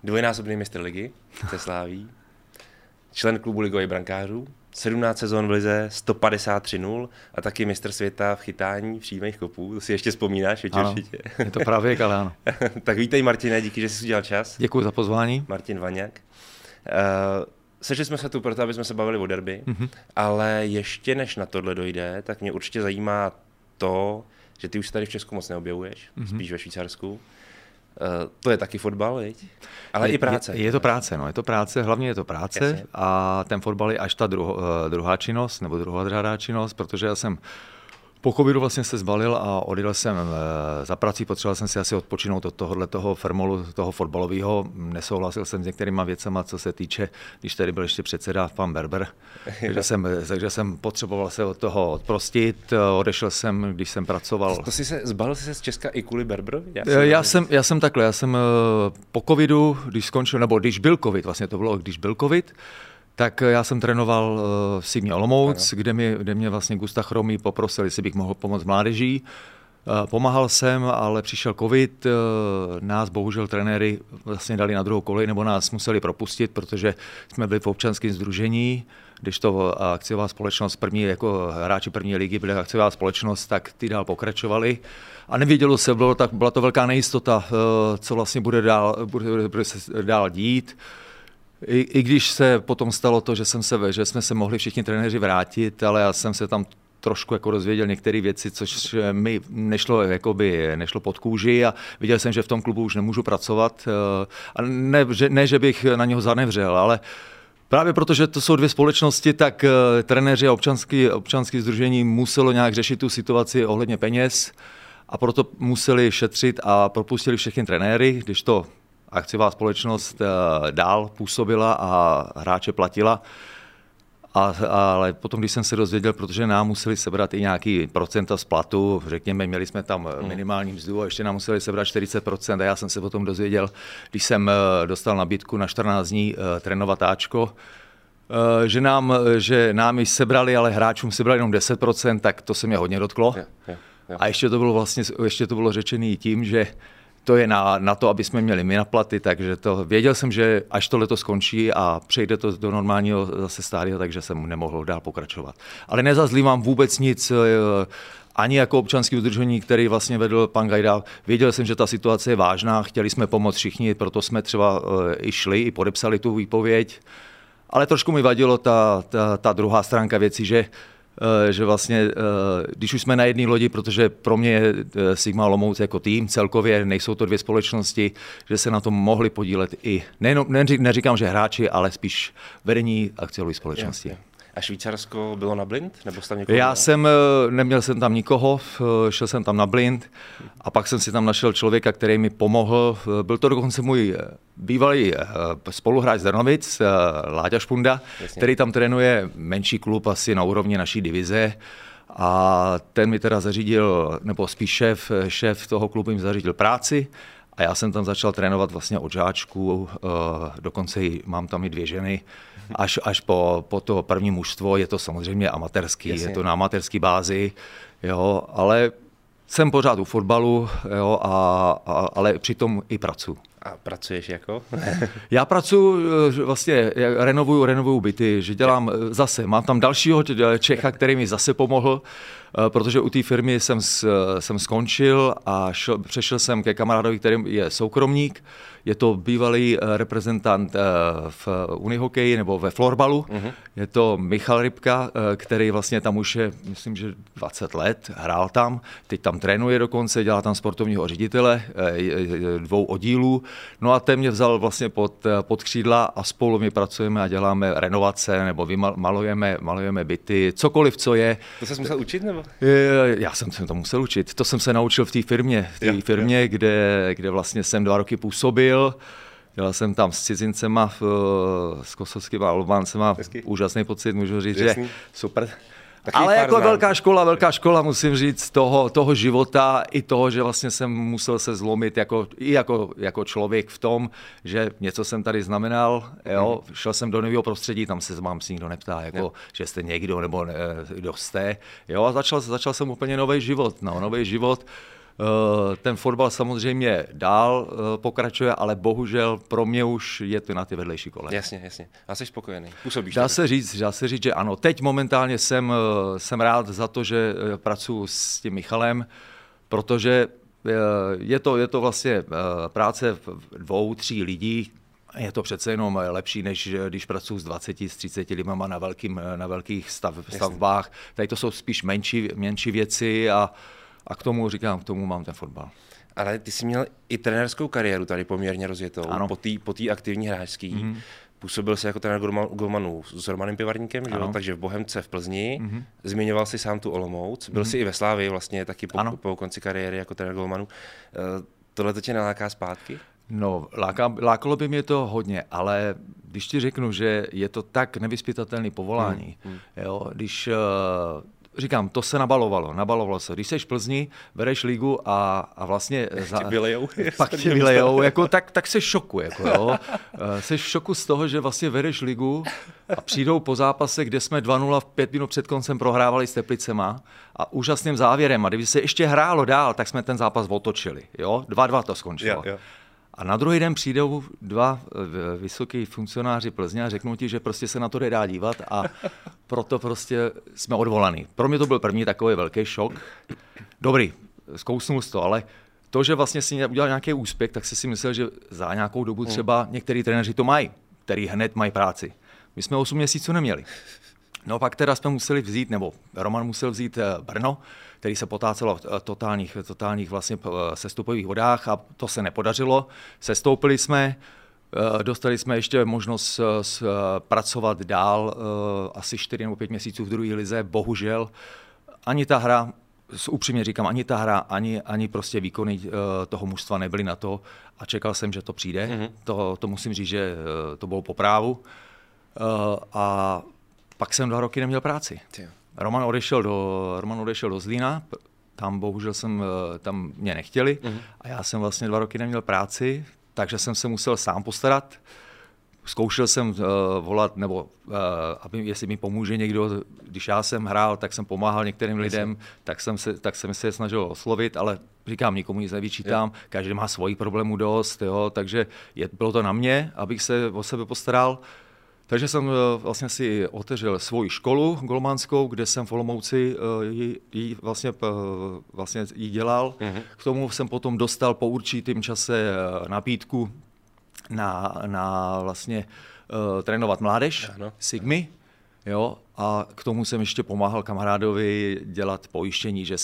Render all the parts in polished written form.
dvojnásobný mistr ligy se Sláví, člen klubu ligových brankářů, 17 sezon v lize, 153-0 a taky mistr světa v chytání přímých kopů. To si ještě vzpomínáš, určitě. Je to právě, ale ano. Tak vítej, Martine, díky, že jsi udělal čas. Děkuji za pozvání. Martin Vaňák. Sešli jsme se tu proto, aby jsme se bavili o derby, ale ještě než na tohle dojde, tak mě určitě zajímá to, že ty už se tady v Česku moc neobjevuješ, spíš ve Švýcarsku. To je taky fotbal, viď? Ale i práce. Je to práce, no, je to práce, hlavně je to práce. Jasně. A ten fotbal je až ta druhá činnost, nebo druhá činnost, protože já jsem po covidu vlastně se zbalil a odjel jsem za prací, potřeboval jsem si asi odpočinout od tohoto firmolu, toho fotbalového. Nesouhlasil jsem s některýma věcama, co se týče, když tady byl ještě předseda pan Berber, takže jsem potřeboval se od toho odprostit, odešel jsem, když jsem pracoval. Zbalil jsi se z Česka i kvůli Berberovi? Já jsem po covidu, když byl covid, vlastně to bylo, když byl covid, tak já jsem trénoval v Sigmě Olomouc, kde mě vlastně Gusta Chromý poprosil, jestli bych mohl pomoct mládeží. Pomáhal jsem, ale přišel covid, nás bohužel trenéry vlastně dali na druhou kolej, nebo nás museli propustit, protože jsme byli v občanském sdružení, když to akciová společnost, jako hráči první ligy byli akciová společnost, tak ty dál pokračovali. A nevědělo se, byla to velká nejistota, co vlastně bude se dál dít. I když se potom stalo to, že jsme se mohli všichni trenéři vrátit, ale já jsem se tam trošku jako dozvěděl některé věci, což mi nešlo pod kůži a viděl jsem, že v tom klubu už nemůžu pracovat. A ne, že bych na něho zanevřel, ale právě protože to jsou dvě společnosti, tak trenéři a občanské sdružení muselo nějak řešit tu situaci ohledně peněz a proto museli šetřit a propustili všechny trenéry, když to akciová společnost dál působila a hráče platila. Ale potom, když jsem se dozvěděl, protože nám museli sebrat i nějaký procenta z platu, řekněme, měli jsme tam minimální mzdu a ještě nám museli sebrat 40% a já jsem se potom dozvěděl, když jsem dostal nabídku na 14 dní trénovat Ačko, že nám ji sebrali, ale hráčům sebrali jenom 10%, tak to se mě hodně dotklo. A ještě to bylo řečené tím, že to je na to, aby jsme měli my na platy, takže věděl jsem, že až tohle to skončí a přejde to do normálního zase stádia, takže jsem nemohl dál pokračovat. Ale nezazlívám vůbec nic, ani jako občanský udržení, který vlastně vedl pan Gajda. Věděl jsem, že ta situace je vážná, chtěli jsme pomoct všichni, proto jsme třeba i šli, i podepsali tu výpověď, ale trošku mi vadilo ta druhá stránka věci, že vlastně, když už jsme na jedné lodi, protože pro mě je Sigma Olomouc jako tým, celkově nejsou to dvě společnosti, že se na tom mohli podílet i, neříkám, že hráči, ale spíš vedení akciové společnosti. A Švýcarsko bylo na blind? Nebo jsi tam neměl jsem tam nikoho, šel jsem tam na blind a pak jsem si tam našel člověka, který mi pomohl. Byl to dokonce můj bývalý spoluhráč z Drnovic, Láďa Špunda, který tam trénuje menší klub asi na úrovni naší divize. A ten mi teda zařídil, nebo spíš šéf toho klubu mi zařídil práci. A já jsem tam začal trénovat vlastně od žáčku, dokonce mám tam i 2 ženy, až po to první mužstvo, je to samozřejmě amatérský, je to na amatérský bázi, jo, ale jsem pořád u fotbalu, jo, ale přitom i pracuji. A pracuješ jako? Já pracuji vlastně, renovuju byty, že dělám mám tam dalšího Čecha, který mi zase pomohl, protože u té firmy jsem skončil a přešel jsem ke kamarádovi, který je soukromník. Je to bývalý reprezentant v unihokeji nebo ve florbalu. Je to Michal Rybka, který vlastně tam už je, myslím, že 20 let, hrál tam. Teď tam trénuje dokonce, dělá tam sportovního ředitele 2 oddílů. No a ten mě vzal vlastně pod křídla a spolu my pracujeme a děláme renovace nebo malujeme byty, cokoliv, co je. To jsi musel učit, nebo? Já jsem se to musel učit. To jsem se naučil v té firmě, kde vlastně jsem 2 roky působil. Dělal jsem tam s cizincema, s kosovskými Albáncema. Úžasný pocit, můžu říct, že super. Ale jako velká škola, musím říct, toho života i toho, že vlastně jsem musel se zlomit jako člověk v tom, že něco jsem tady znamenal, jo, šel jsem do nového prostředí, tam se vám si nikdo neptá, že jste někdo nebo kdo jste, jo, a začal jsem úplně nový život. Ten fotbal samozřejmě dál pokračuje, ale bohužel pro mě už je to na ty vedlejší kole. Jasně. A jsi spokojený? Působíš Dá se říct, že ano. Teď momentálně jsem rád za to, že pracuji s tím Michalem, protože je to vlastně práce 2, 3 lidí. Je to přece jenom lepší, než když pracuji s 20, s 30 lidma na velkých stavbách. Tady to jsou spíš menší věci a k tomu mám ten fotbal. Ale ty jsi měl i trenérskou kariéru tady poměrně rozjetou, po té aktivní hráčský. Mm-hmm. Působil jsi jako trenér golmanů s Romanem Pivarníkem, že? Takže v Bohemce v Plzni. Mm-hmm. Zmiňoval jsi sám tu Olomouc. Byl jsi i ve Slávii vlastně taky po konci kariéry jako trenér golmanů. Tohle to tě naláká zpátky? No, lákalo by mě to hodně, ale když ti řeknu, že je to tak nevyzpytatelný povolání, jo, když říkám, to se nabalovalo se. Když seš v Plzni, bereš ligu a vlastně pak tě vylejou, jako, tak seš v šoku. Jako, jo. Seš v šoku z toho, že vlastně vedeš ligu a přijdou po zápase, kde jsme 2-0 5 minut před koncem prohrávali s Teplicema a úžasným závěrem. A kdyby se ještě hrálo dál, tak jsme ten zápas otočili. Jo? 2-2 to skončilo. Jo. A na druhý den přijdou 2 vysoký funkcionáři Plzně a řeknou ti, že prostě se na to nedá dívat a proto prostě jsme odvolaný. Pro mě to byl první takový velký šok. Dobrý, zkousnul jsi to, ale to, že vlastně si udělal nějaký úspěch, tak si myslel, že za nějakou dobu třeba některý trenéři to mají, který hned mají práci. My jsme 8 měsíců neměli. No pak teda jsme museli vzít, nebo Roman musel vzít Brno, který se potácelo v totálních vlastně sestupových vodách a to se nepodařilo. Sestoupili jsme, dostali jsme ještě možnost pracovat dál asi 4 nebo 5 měsíců v druhé lize. Bohužel ani ta hra, upřímně říkám, ani ta hra, ani prostě výkony toho mužstva nebyly na to a čekal jsem, že to přijde. Mm-hmm. To musím říct, že to bylo po právu. A pak jsem 2 roky neměl práci. Roman odešel do Zlína, tam bohužel tam mě nechtěli a já jsem vlastně 2 roky neměl práci, takže jsem se musel sám postarat. Zkoušel jsem volat, nebo jestli mi pomůže někdo, když já jsem hrál, tak jsem pomáhal některým lidem, tak jsem se snažil oslovit, ale říkám, nikomu nic nevyčítám, každý má svojich problémů dost, jo, takže bylo to na mě, abych se o sebe postaral. Takže jsem vlastně si otevřel svoji školu golmanskou, kde jsem v Olomouci ji dělal. Mm-hmm. K tomu jsem potom dostal po určitém čase nabídku na vlastně trénovat mládež, Sigmy. Jo, a k tomu jsem ještě pomáhal kamarádovi dělat pojištění, že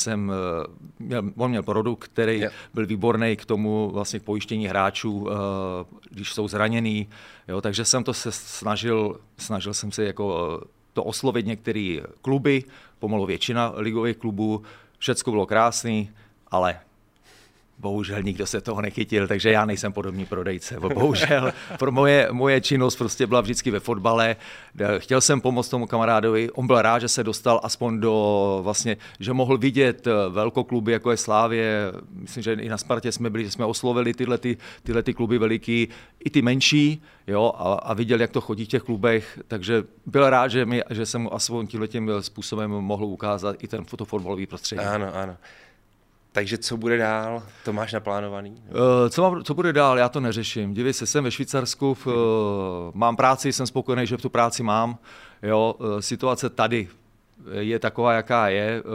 on měl produkt, který byl výborný k tomu vlastně k pojištění hráčů, když jsou zraněný, jo, takže jsem to se snažil jsem se jako to oslovit některé kluby, pomalu většina ligových klubů, všecko bylo krásný, ale bohužel nikdo se toho nechytil, takže já nejsem podobný prodejce. Bohužel moje činnost prostě byla vždycky ve fotbale. Chtěl jsem pomoct tomu kamarádovi, on byl rád, že se dostal aspoň do vlastně, že mohl vidět velkokluby, jako je Slávie. Myslím, že i na Spartě že jsme oslovili tyhle kluby veliký, i ty menší, jo, a viděl, jak to chodí v těch klubech, takže byl rád, že jsem mu aspoň tímhletím způsobem mohl ukázat i ten fotbalový prostředí. Ano. Takže co bude dál? To máš naplánovaný? Co bude dál? Já to neřeším. Dívej se, jsem ve Švýcarsku, mám práci, jsem spokojený, že tu práci mám. Jo, situace tady je taková, jaká je.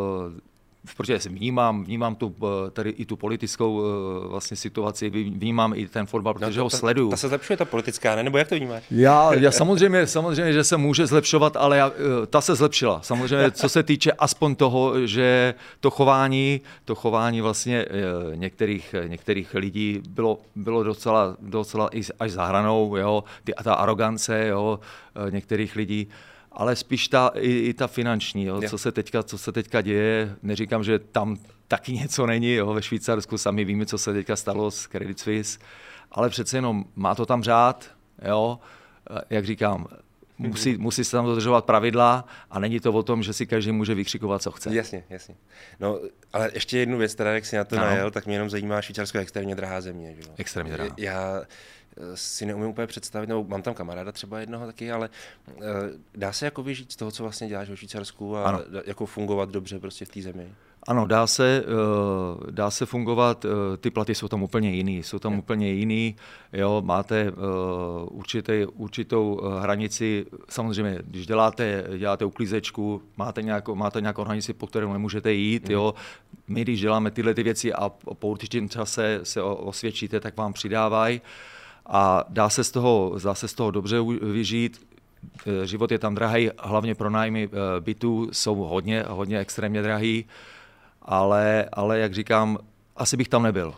Protože vnímám tady i tu politickou vlastně situaci, vnímám i ten fotbal, protože ho sleduju. Ta se zlepšuje, ta politická, ne? Nebo jak to vnímáš? Já samozřejmě, že se může zlepšovat, ale ta se zlepšila. Samozřejmě, co se týče aspoň toho, že to chování vlastně některých lidí bylo docela až za hranou, jo, ta arogance, jo, některých lidí. Ale spíš i ta finanční, jo, co se teďka děje. Neříkám, že tam taky něco není, jo, ve Švýcarsku sami víme, co se teďka stalo s Credit Suisse, ale přece jenom má to tam řád, jo, jak říkám, musí se tam dodržovat pravidla a není to o tom, že si každý může vykřikovat, co chce. Jasně. No, ale ještě jednu věc, teda, jak jsi na to najel, tak mě jenom zajímá, Švýcarsko je extrémně drahá země. Že? Extrémně drahá. Já si neumím úplně představit, nebo mám tam kamaráda třeba jednoho taky, ale dá se jako vyžít z toho, co vlastně děláš ve Švýcarsku a jako fungovat dobře prostě v té zemi? Ano, dá se fungovat, ty platy jsou tam úplně jiný, jo, máte určitou hranici, samozřejmě, když děláte uklízečku, máte nějakou hranici, po kterou nemůžete jít, jo. My, když děláme tyhle ty věci a po určitém čase se osvědčíte, tak vám přidávají a dá se z toho dobře vyžít. Život je tam drahý, hlavně pronájmy bytů jsou hodně extrémně drahý. Ale jak říkám, asi bych tam nebyl,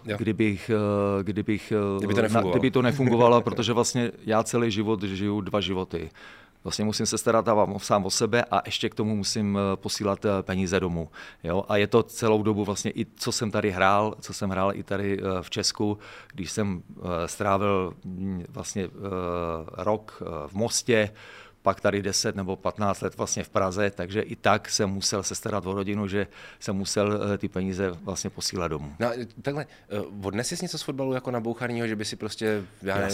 kdyby to nefungovalo, protože vlastně já celý život žiju 2 životy. Vlastně musím se starat sám o sebe a ještě k tomu musím posílat peníze domů. Jo? A je to celou dobu vlastně i co jsem hrál i tady v Česku, když jsem strávil vlastně rok v Mostě, pak tady 10 nebo 15 let vlastně v Praze, takže i tak jsem musel se starat o rodinu, že jsem musel ty peníze vlastně posílat domů. No takhle, odnes jsi něco z fotbalu jako nabouchanýho, že by si prostě...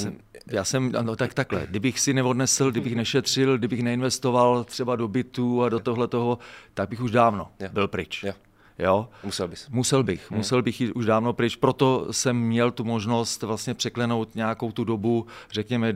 Takhle, kdybych si neodnesl, kdybych nešetřil, kdybych neinvestoval třeba do bytu a do tohletoho, tak bych už dávno byl pryč. Jo? Musel bych jít už dávno pryč, proto jsem měl tu možnost vlastně překlenout nějakou tu dobu, řekněme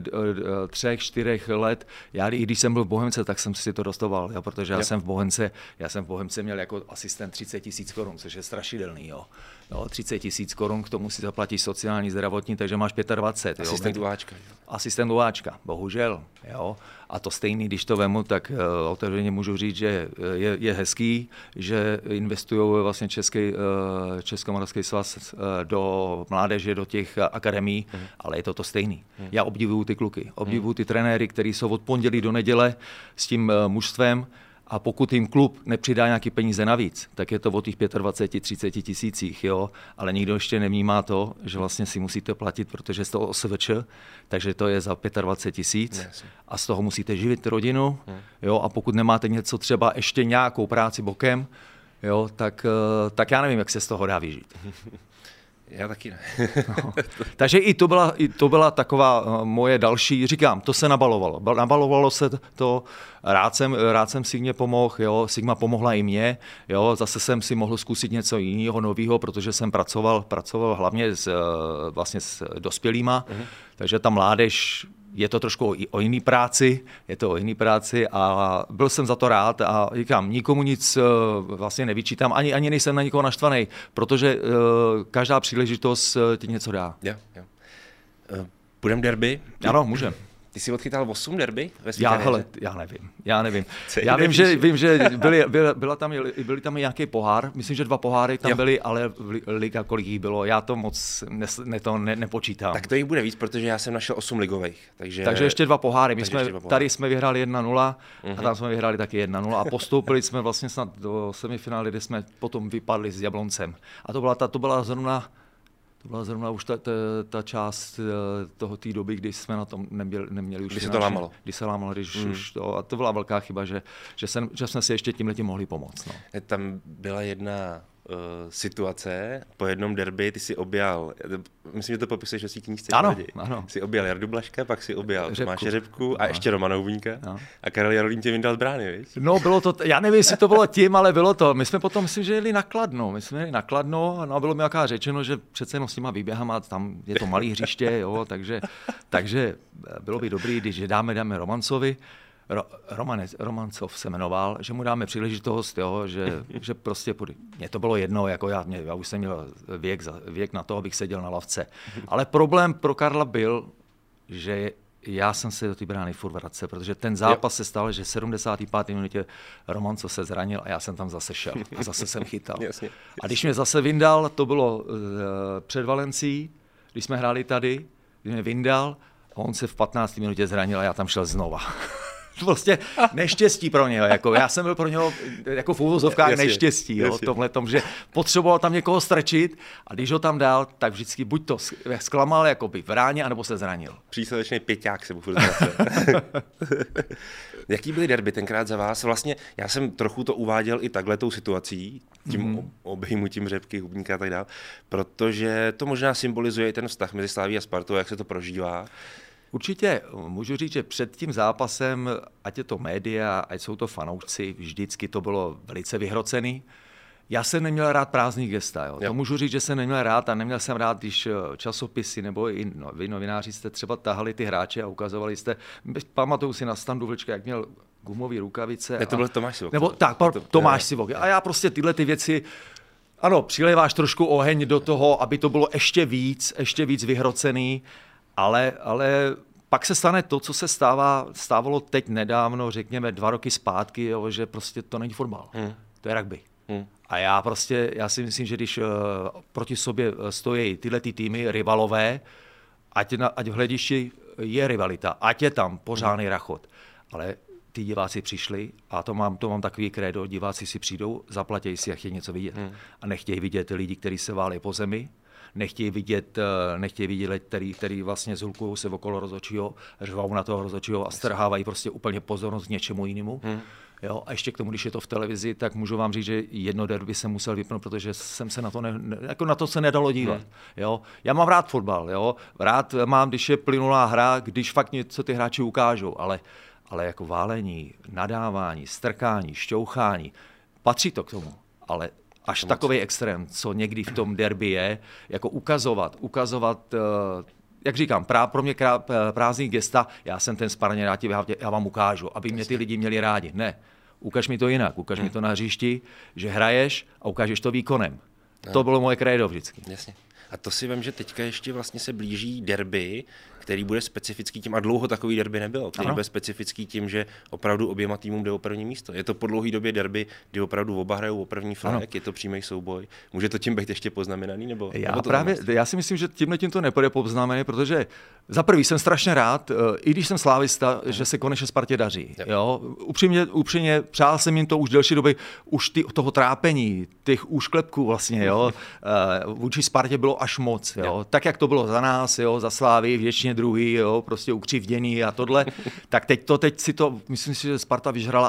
3-4 let. Já i když jsem byl v Bohemce, tak jsem si to dostoval, jo? Protože já jsem v Bohemce měl jako asistent 30 000 korun, což je strašidelný. Jo? 30 000 korun, k tomu si zaplatíš sociální, zdravotní, takže máš 25. Asistent uváčka, bohužel. Jo? A to stejný, když to vemu, tak otevřeně můžu říct, že je hezký, že investují vlastně Českomoravský svaz do mládeže, do těch akademií, ale je to stejný. Já obdivuju ty kluky, obdivuju ty trenéry, kteří jsou od pondělí do neděle s tím mužstvem. A pokud jim klub nepřidá nějaký peníze navíc, tak je to o těch 25-30 tisících, jo. Ale nikdo ještě nevnímá to, že vlastně si musíte platit, protože z toho OSVČ, takže to je za 25 000 a z toho musíte živit rodinu, jo. A pokud nemáte něco, třeba ještě nějakou práci bokem, jo, tak já nevím, jak se z toho dá vyžít. Já taky ne. Takže i to byla taková moje další, říkám, to se nabalovalo. Nabalovalo se to, rád jsem Sigmě pomohl, jo, Sigma pomohla i mně, jo, zase jsem si mohl zkusit něco jiného, nového, protože jsem pracoval hlavně vlastně s dospělýma, takže ta mládež, je to trošku o jiný práci, a byl jsem za to rád a říkám, nikomu nic vlastně nevyčítám, ani nejsem na nikoho naštvaný, protože každá příležitost ti něco dá. Jo. Půjdem derby? Ano, můžeme. Ty jsi odchytal 8 derby ve své Já nevím. Já vím, že byly tam i nějaký pohár, myslím, že 2 poháry tam byly, ale liga, kolik jich bylo, já to moc nepočítám. Tak to jich bude víc, protože já jsem našel 8 ligových. Takže ještě 2 poháry. Tady jsme vyhráli 1-0 a tam jsme vyhráli taky 1-0 a postoupili jsme vlastně snad do semifinále, kde jsme potom vypadli s Jabloncem. A to byla zrovna už ta část té doby, kdy jsme na tom neměli už Kdy se to lámalo. A to byla velká chyba, že jsme si ještě tímhletím mohli pomoct. No. Tam byla jedna situace, po jednom derby ty si objal, myslím, že to popisuješ ve svý knížce. Ano. Si objal Jardu Blaška, pak si objal Tomáše Řepku a ještě Romana Hubníka. A Karel Jarolím tě vyndal z brány, víš? No, bylo to, já nevím, jestli to bylo tím, ale bylo to. My jsme potom, myslím, že jeli na Kladno, no a bylo mi jaká řečeno, že přece jenom s těma výběhama, tam je to malý hřiště, jo, takže bylo by dobrý, když dáme Romancovi, Romancov se jmenoval, že mu dáme příležitost, jo, že prostě mně to bylo jedno, jako já už jsem měl věk na to, abych seděl na lavce. Ale problém pro Karla byl, že já jsem se do té brány furt vracel, protože ten zápas se stal, že v 75. minutě Romancov se zranil a já jsem tam zase šel a zase jsem chytal. A když mě zase vyndal, to bylo před Valencí, když jsme hráli tady, když mě vyndal, a on se v 15. minutě zranil a já tam šel znova. Prostě neštěstí pro něho, jako já jsem byl pro něho jako v úvozovkách neštěstí, jo, tomhletom, že potřeboval tam někoho strčit a když ho tam dal, tak vždycky buď to zklamal jakoby v ráně, anebo se zranil. Přísledečný pěťák se mu furt Jaký byly derby tenkrát za vás? Vlastně já jsem trochu to uváděl i takhletou situací, tím obejmutím Řepky, Hubníka a tak dále, protože to možná symbolizuje i ten vztah mezi Slaví a Spartou, jak se to prožívá. Určitě můžu říct, že před tím zápasem, ať je to média, ať jsou to fanoušci, vždycky to bylo velice vyhrocený. Já jsem neměl rád prázdný gesta. Jo. To můžu říct, že jsem neměl rád a neměl jsem rád, když časopisy nebo i vy novináři jste třeba tahali ty hráče a ukazovali jste, pamatuju si na Standu Vlčka, jak měl gumový rukavice. To byl Tomáš Sivok. Nebo tak, Tomáš Sivok. A já prostě tyhle ty věci, ano, přiléváš trošku oheň do toho, aby to bylo ještě víc vyhrocený, ale pak se stane to, co se stávalo teď nedávno, řekněme 2 roky zpátky, jo, že prostě to není fotbal. To je rugby. A já si myslím, že když proti sobě stojí tyhle ty týmy rivalové, ať v hledišti je rivalita, ať je tam pořádný rachot, ale ty diváci přišli a to mám takový krédo, diváci si přijdou, zaplatí si a chtějí něco vidět. A nechtějí vidět lidi, kteří se válí po zemi, nechtějí vidět který vlastně zhlukují se okolo rozhodčího, řvou na toho rozhodčího a strhávají prostě úplně pozornost k něčemu jinému. Jo, a ještě k tomu, když je to v televizi, tak můžu vám říct, že jedno derby jsem musel vypnout, protože jsem se na to na to se nedalo dívat. Jo. Já mám rád fotbal, jo. Rád mám, když je plynulá hra, když fakt něco ty hráči ukážou, ale jako válení, nadávání, strkání, šťouchání, patří to k tomu, ale až takový extrém, co někdy v tom derby je, jako ukazovat jak říkám, pro mě prázdný gesta, já jsem ten sparně, já vám ukážu, aby mě ty lidi měli rádi. Ne, ukaž mi to jinak, ukaž mi to na hřišti, že hraješ a ukážeš to výkonem. To bylo moje krédo vždycky. Jasně. A to si vím, že teďka ještě vlastně se blíží derby, který bude specifický tím, a dlouho takový derby nebylo, který bude specifický tím, že opravdu oběma týmům jde o první místo. Je to po dlouhé době derby, kdy opravdu oba hrajou o první flag, je to přímý souboj. Může to tím být ještě poznamenaný? Nebo já si myslím, že tím to nepůjde poznamenaný, protože za prvý jsem strašně rád, i když jsem slávista, že se konečně Spartě daří. Jo? Upřímně přál jsem jim to už delší doby, už toho trápení, těch úšklepků vlastně, jo? Vůči Spartě bylo až moc. Jo? Tak, jak to bylo za nás, jo? Za Slávy, většině druhý, jo? Prostě ukřivděný a tohle, tak teď si to, myslím si, že Sparta vyžrala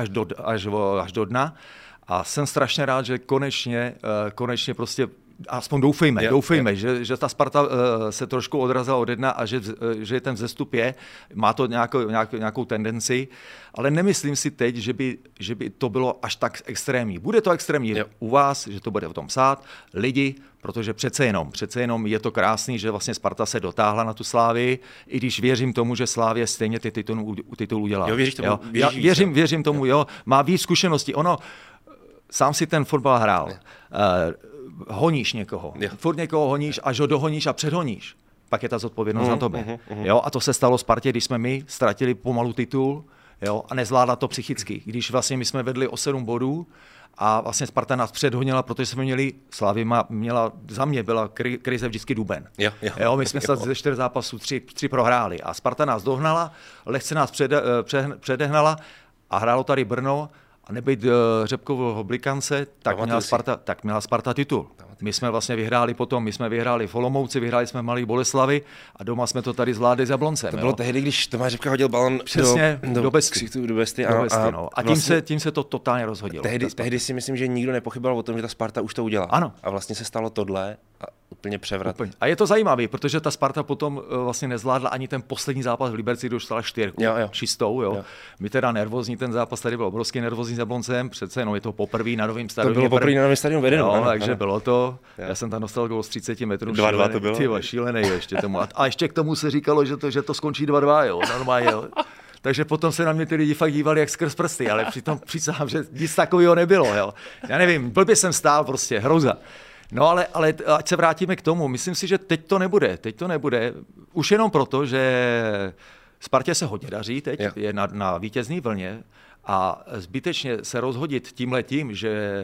až do dna a jsem strašně rád, že konečně prostě aspoň doufejme, že ta Sparta se trošku odrazila od dna a že ten vzestup má to nějakou tendenci, ale nemyslím si teď, že by to bylo až tak extrémní. Bude to extrémní u vás, že to bude o tom psát, lidi, protože přece jenom je to krásný, že vlastně Sparta se dotáhla na tu Slávii, i když věřím tomu, že Slávie stejně ty titul udělá. Jo, věříš tomu? Jo? Věřím tomu, jo. Má víc zkušeností. Sám si ten fotbal hrál. Honíš někoho. Furt někoho honíš, až ho dohoníš a předhoníš. Pak je ta zodpovědnost na tobě. Jo? A to se stalo Spartě, když jsme my ztratili pomalu titul, jo? A nezvládla to psychicky. Když vlastně my jsme vedli o 7 bodů a vlastně Sparta nás předhonila, protože jsme měli, Slavia za mě byla krize vždycky duben. Jo? My jsme se ze 4 zápasů 3 prohráli a Sparta nás dohnala, lehce nás předehnala a hrálo tady Brno, a nebejt Řepkového Blikance, tak měla Sparta titul. My jsme vlastně vyhráli potom, my jsme vyhráli v Olomouci, vyhráli jsme Malý Boleslavy a doma jsme to tady zvládli s Jabloncem. To bylo tehdy, když Tomáš Řepka hodil balon do Besty. A tím se to totálně rozhodilo. Tehdy si myslím, že nikdo nepochyboval o tom, že ta Sparta už to udělá. Ano. A vlastně se stalo tohle a úplně převrat. A je to zajímavé, protože ta Sparta potom vlastně nezvládla ani ten poslední zápas v Liberci, kdy dostala 4 čistou. Jo. My teda nervózní, ten zápas tady byl obrovský nervózní s Jabloncem, přece jenom je to poprvé na novém stadionu. To bylo poprvé na novém stadionu vedeno. Takže bylo to. Já jsem tam dostal gól z 30 metrů. 2-2 to bylo. Šílený ještě tomu. A ještě k tomu se říkalo, že to skončí 2-2, jo, normálně. Jo. Takže potom se na mě ty lidi fakt dívali jak skrz prsty, ale přitom přísahám, že nic takového nebylo. Jo. Já nevím, blbě jsem stál prostě, hrůza. No ale ať se vrátíme k tomu, myslím si, že teď to nebude. Už jenom proto, že Spartě se hodně daří teď, je na vítězné vlně a zbytečně se rozhodit tímhletím, že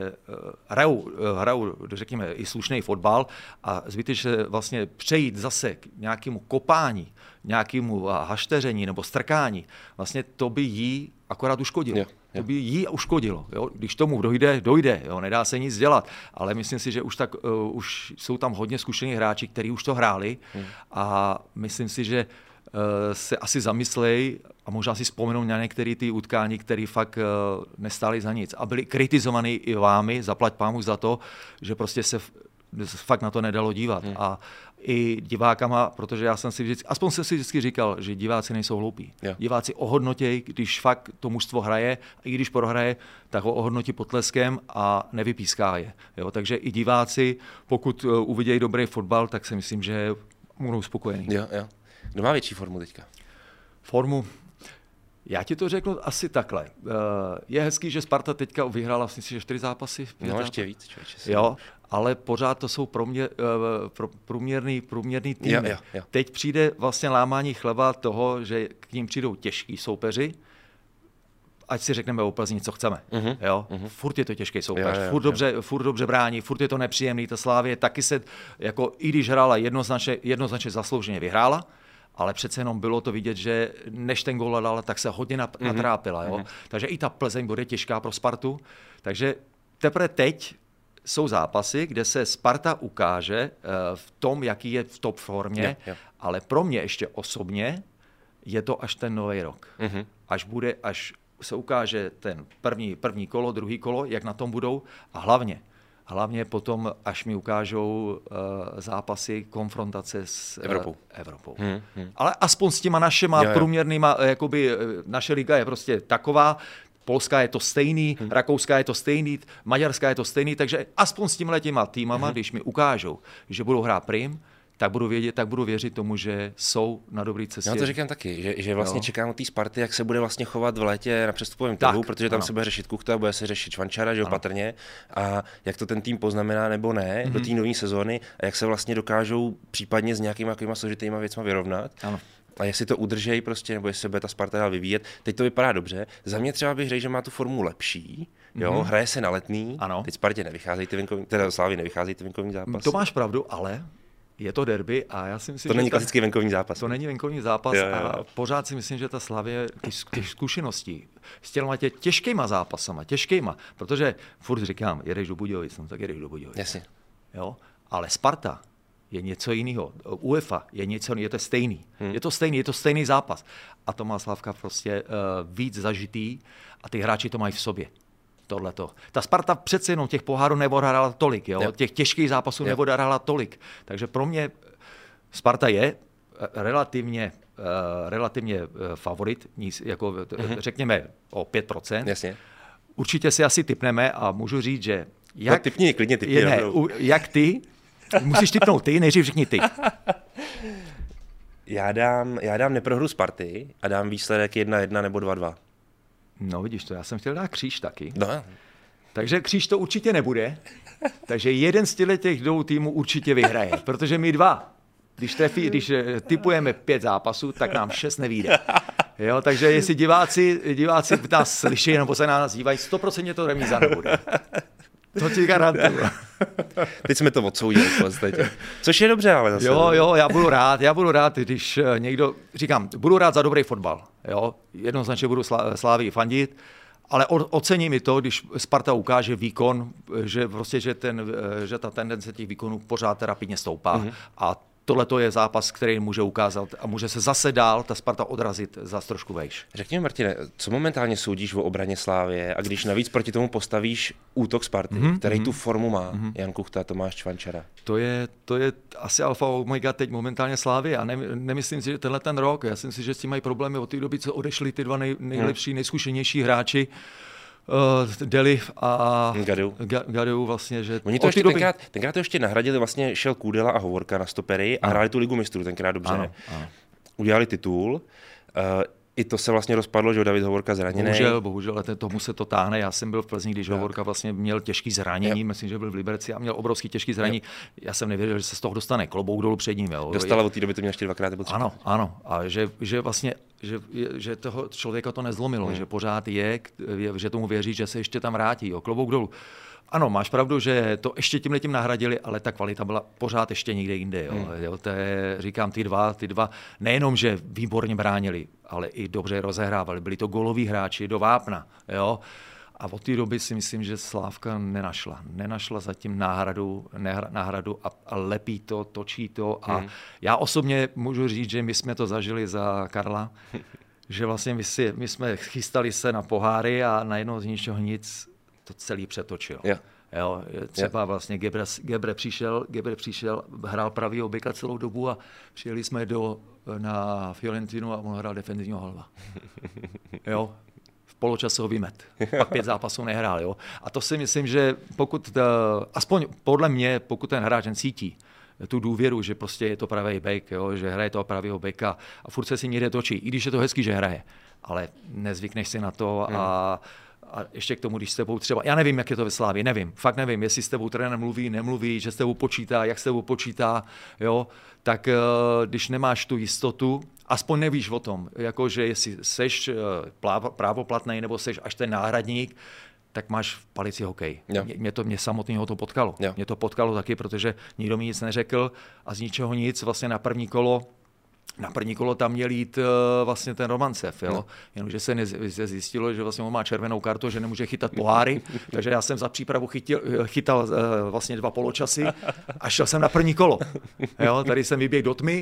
hrajou, řekněme, i slušný fotbal a zbytečně vlastně přejít zase k nějakému kopání, nějakému hašteření nebo strkání, vlastně to by jí akorát uškodilo. To by jí uškodilo. Jo? Když tomu dojde, jo? Nedá se nic dělat. Ale myslím si, že už jsou tam hodně zkušení hráči, kteří už to hráli a myslím si, že se asi zamyslej a možná si vzpomenou na některé ty utkání, které fakt nestály za nic. A byli kritizovaní i vámi, zaplať pámu za to, že prostě se fakt na to nedalo dívat. A i divákama, protože já jsem si vždycky, aspoň jsem si vždycky říkal, že diváci nejsou hloupí. Jo. Diváci ohodnotějí, když fakt to mužstvo hraje, a i když prohraje, tak ho ohodnotí potleskem a nevypíská je. Jo, takže i diváci, pokud uvidějí dobrý fotbal, tak si myslím, že budou spokojení. Jo. Kdo má větší formu teďka? Formu? Já ti to řeknu asi takhle. Je hezký, že Sparta teďka vyhrála vlastně 4 zápasy. No, ještě víc, člověče. Jo, ale pořád to jsou průměrný týmy. Jo. Teď přijde vlastně lámání chleba toho, že k ním přijdou těžký soupeři, ať si řekneme o Plzni, co chceme. Jo? Furt je to těžký soupeř, furt dobře brání, furt je to nepříjemný. Ta Slavie taky se, jako, i když hrála jednoznačně zaslouženě vyhrála, ale přece jenom bylo to vidět, že než ten gól dala, tak se hodně natrápila. Jo? Takže i ta Plzeň bude těžká pro Spartu. Takže teprve teď jsou zápasy, kde se Sparta ukáže v tom, jaký je v top formě, ale pro mě ještě osobně je to až ten nový rok. Až se ukáže ten první kolo, druhý kolo, jak na tom budou a hlavně potom, až mi ukážou zápasy, konfrontace s Evropou. Ale aspoň s těma našima průměrnýma, jakoby naše liga je prostě taková, Polská je to stejný, Rakouská je to stejný, Maďarská je to stejný, takže aspoň s těma týmama, když mi ukážou, že budou hrát prim, tak budu věřit tomu, že jsou na dobré cestě. Já to říkám taky, že vlastně čekám od té Sparty, jak se bude vlastně chovat v létě na přestupovém trhu, protože tam se bude řešit Kuchta, bude se řešit Švančara, že patrně, a jak to ten tým poznamená nebo ne do té nové sezóny a jak se vlastně dokážou případně s nějakýma složitýma věcma vyrovnat. Ano. A jestli to udržejí prostě, nebo jestli se bude ta Sparta dál vyvíjet. Teď to vypadá dobře. Za mě třeba bych řekl, že má tu formu lepší. Jo, hraje se na Letný. Ano. Teď Spartě nevycházejí ty venkovní, teda Slávy nevycházejí ty venkovní zápasy. To máš pravdu, ale je to derby a já si myslím, to není klasický venkovní zápas. To není venkovní zápas a pořád si myslím, že ta Slavie těch zkušeností s těma těžkýma zápasama, protože furt říkám, jedeš do Budějovic, no tak jedeš do Budějovic. Jasně. Jo, ale Sparta je něco jiného. UEFA je to stejný. Je to stejný zápas. A to má Slavka prostě víc zažitý a ty hráči to mají v sobě. Tohleto. Ta Sparta přece jenom těch pohárů neodhrála tolik, jo? Těch těžkých zápasů neodhrála tolik. Takže pro mě Sparta je relativně favorit, jako, řekněme o 5%. Jasně. Určitě si asi tipneme a můžu říct, že klidně tipni. Jak ty, musíš tipnout ty, nejdřív řekni ty. Já dám neprohru Sparty a dám výsledek 1-1 nebo 2-2. No vidíš to, já jsem chtěl dát kříž taky. No. Takže kříž to určitě nebude. Takže jeden z těch dvou týmů určitě vyhraje, protože my dva, když tipujeme 5 zápasů, tak nám 6 nevyjde. Jo, takže jestli diváci nás slyší nebo se na nás dívají, 100% to remíza nebude. To ti garantuju. Teď jsme to odsoudili v podstatě. Což je dobře, ale zase. Jo, já budu rád, když někdo, říkám, budu rád za dobrý fotbal. Jo, jednoznačně budu Slávii fandit, ale ocení mi to, když Sparta ukáže výkon, že ta tendence těch výkonů pořád rapidně stoupá. A tohle je zápas, který může ukázat a může se zase dál ta Sparta odrazit zas trošku vejš. Řekni mi, Martine, co momentálně soudíš o obraně Slávie a když navíc proti tomu postavíš útok Sparty, který tu formu má, Jan Kuchta, Tomáš Švančara? To je asi alfa omega teď momentálně Slávie a nemyslím si, že tenhle ten rok, já si myslím, že s tím mají problémy od té doby, co odešli ty dva nejlepší, nejzkušenější hráči, Deli a Gadu vlastně, že oni to ještě tenkrát to ještě nahradili, vlastně šel Kůdela a Hovorka na stopery a hráli tu ligu mistrů tenkrát dobře. Ano. Udělali titul. I to se vlastně rozpadlo, že David Hovorka zraněný. Bohužel, ale tomu se to táhne. Já jsem byl v Plzni, když Hovorka vlastně měl těžký zranění, myslím, že byl v Liberci a měl obrovský těžký zranění. Já jsem nevěděl, že se z toho dostane, klobouk dolů před ním. Jo. Dostala od té doby to měl ještě 2krát nebo 3. Ano. A že vlastně že toho člověka to nezlomilo, že pořád že tomu věří, že se ještě tam vrátí. Jo. Klobouk dolů. Ano, máš pravdu, že to ještě tímhletím nahradili, ale ta kvalita byla pořád ještě někde jinde. Jo. Říkám, ty dva nejenom, že výborně bránili, ale i dobře rozehrávali. Byli to góloví hráči do vápna. Jo. A od té doby si myslím, že Slávka nenašla zatím náhradu a lepí to, točí to. A já osobně můžu říct, že my jsme to zažili za Karla, že vlastně my jsme chystali se na poháry a najednou z ničeho nic to celý přetočil. Jo, třeba vlastně Gebre přišel, hrál pravýho beka celou dobu a přijeli jsme na Fiorentinu a on hrál defenzivního halva. Jo, v poločase ho vymet. Pak 5 zápasů nehrál. Jo. A to si myslím, že aspoň podle mě, pokud ten hráč cítí tu důvěru, že prostě je to pravý bek, jo, že hraje toho pravýho beka a furt se si někde točí, i když je to hezký, že hraje, ale nezvykneš si na to a ještě k tomu, když s tebou třeba, já nevím, jak je to ve Slávii, fakt nevím, jestli s tebou trenér mluví, nemluví, že s tebou počítá, jak s tebou počítá, jo, tak když nemáš tu jistotu, aspoň nevíš o tom, jako že jestli seš právoplatnej nebo seš až ten náhradník, tak máš v palici hokej. Mě samotného to potkalo. Jo. Mě to potkalo taky, protože nikdo mi nic neřekl a z ničeho nic vlastně na první kolo tam měl jít vlastně ten Romancev, jo? Jenomže se zjistilo, že vlastně on má červenou kartu, že nemůže chytat poháry, takže já jsem za přípravu chytal vlastně 2 poločasy a šel jsem na první kolo. Jo? Tady jsem vyběhl do tmy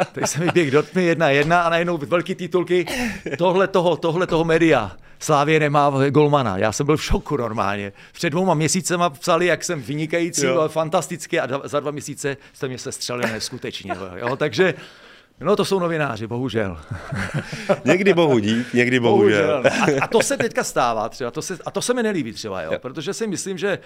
1-1 a najednou velký titulky tohle toho média. Slávie nemá golmana. Já jsem byl v šoku normálně. Před 2 měsícema psali, jak jsem vynikající, fantasticky a za 2 měsíce jste mě sestřelili neskutečně. Jo? Takže no to jsou novináři, bohužel. Někdy bohu dík, někdy bohužel. A to se teďka stává třeba, to se mi nelíbí třeba, jo? Protože si myslím, že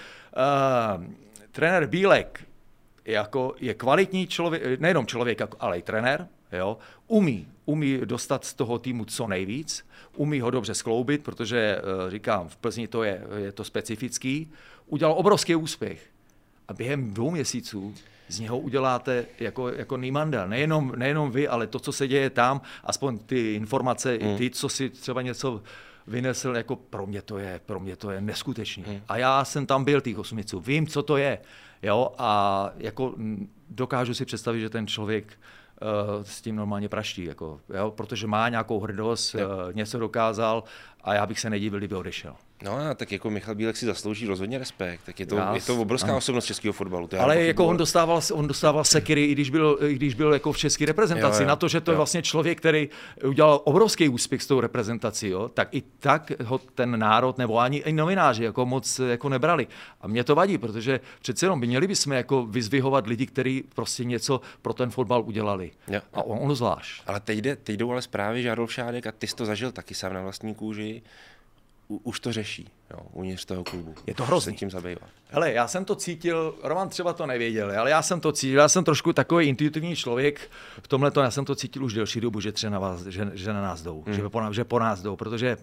trenér Bílek je kvalitní člověk, nejenom člověk, ale i trenér, jo? Umí dostat z toho týmu co nejvíc, umí ho dobře skloubit, protože říkám, v Plzni je to specifický, udělal obrovský úspěch a během 2 měsíců z něho uděláte jako Nýmanda. Nejenom vy, ale to, co se děje tam, aspoň ty informace, i ty, co si třeba něco vynesl, jako pro mě to je neskutečný. A já jsem tam byl těch 8 měsíců, vím, co to je. Jo? A jako dokážu si představit, že ten člověk s tím normálně praští, jako, jo? Protože má nějakou hrdost, něco dokázal a já bych se nedivil, kdyby odešel. No a tak jako Michal Bílek si zaslouží rozhodně respekt, tak je to obrovská osobnost českého fotbalu. Ale jako on dostával sekiry, i když byl jako v české reprezentaci, jo. Na to, že to je vlastně člověk, který udělal obrovský úspěch s tou reprezentací, jo, tak i tak ho ten národ nebo ani novináři jako moc jako nebrali. A mě to vadí, protože přece jenom měli bychom jako vyzvihovat lidi, kteří prostě něco pro ten fotbal udělali. Jo. A on zvlášť. Ale teď jdou ale zprávy, že Adolf Šádek, a ty jsi to zažil taky sám na vlastní kůži, už to řeší, jo, uvnitř toho klubu. Je to hrozný. Se tím zabývá. Hele, já jsem to cítil, Roman třeba to nevěděl, ale já jsem to cítil, já jsem trošku takový intuitivní člověk, v tomhleto já jsem to cítil už delší dobu, že na nás jdou, že po nás jdou, protože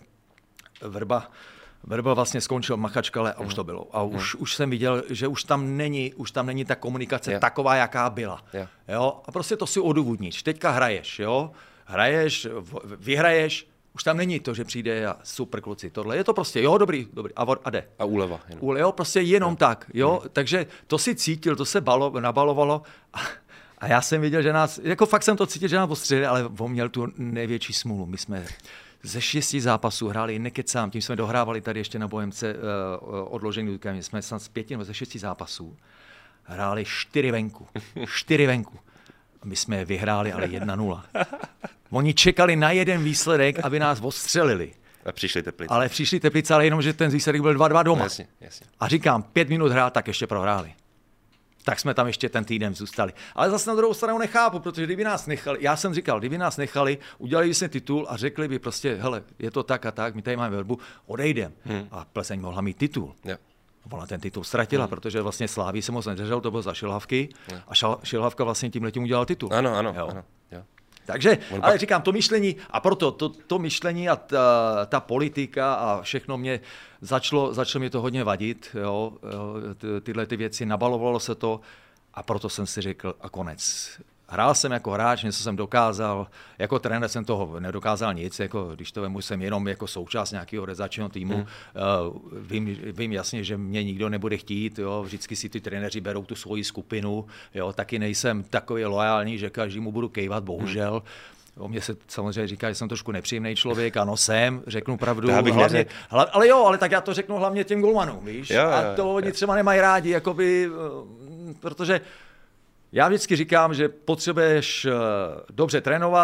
Vrba vlastně skončil Machačkale a už to bylo. A už jsem viděl, že už tam není ta komunikace taková, jaká byla. Jo? A prostě to si odůvodníš. Teďka hraješ, vyhraješ, už tam není to, že přijde a super kluci, tohle. Je to prostě, jo, dobrý, a jde. A úleva. Jo, prostě jenom tak, jo. Takže to si cítil, to se nabalovalo a já jsem viděl, že nás, jako fakt jsem to cítil, že nás ostřelili, ale on měl tu největší smůlu. My jsme ze 6 zápasů hráli, nekecám, tím jsme dohrávali tady ještě na Bohemce odložený útkami. My jsme snad z 5 nebo ze 6 zápasů hráli 4 venku. A my jsme je vyhráli, ale 1-0. Oni čekali na jeden výsledek, aby nás odstřelili. A přišli Teplice, ale jenom, že ten výsledek byl 2-2 doma. Jasně. A říkám, 5 minut hrát, tak ještě prohráli. Tak jsme tam ještě ten týden zůstali. Ale zase na druhou stranu nechápu, protože kdyby nás nechali, udělali by se titul a řekli by prostě, hele, je to tak a tak, my tady máme Vrbu, odejdem. A Plzeň mohla mít titul. Yeah. Ona ten titul ztratila, protože vlastně Slávii se moc nedržel, to bylo za Šilhavky a Šilhavka vlastně tímhletím udělal titul. Ano. Takže, ale říkám, to myšlení, a proto to myšlení a ta politika a všechno mě začalo mě to hodně vadit, jo, tyhle ty věci, nabalovalo se to a proto jsem si řekl a konec. Hrál jsem jako hráč, něco jsem dokázal, jako trenér jsem toho nedokázal nic, jako když to vemu, jsem jenom jako součást nějakého rezačního týmu. Vím jasně, že mě nikdo nebude chtít, jo, vždycky si ty trenéři berou tu svoji skupinu, jo, taky nejsem takový loajální, že každému budu kejvat, bohužel. O mě se samozřejmě říká, že jsem trošku nepříjemný člověk, ano jsem, řeknu pravdu, ale tak já to řeknu hlavně těm golmanům, víš, a to oni třeba nemají rádi, jakoby, protože já vždycky říkám, že potřebuješ dobře trénovat,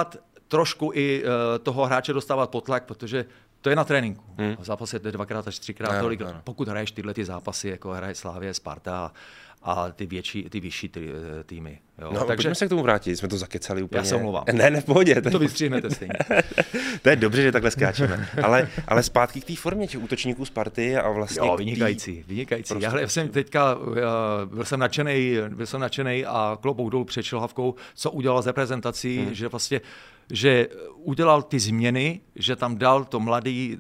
trošku i toho hráče dostávat pod tlak, protože to je na tréninku. V zápase je 2x až 3x tolik. Pokud hraješ tyhle ty zápasy, jako hraje Slavie, Sparta a ty vyšší týmy. Jo. No, takže pojďme se k tomu vrátit, jsme to zakecali úplně. Já se omlouvám. Ne, v pohodě. To vystříhnete stejně. To je dobře, že takhle skáčeme. Ale zpátky k té formě těch útočníků Sparty a vlastně... Jo, vynikající. Prostě. Já jsem teďka, byl jsem nadšenej a klobouk dolů před Šilhavkou, co udělal s reprezentací, že vlastně že udělal ty změny, že tam dal to mladý,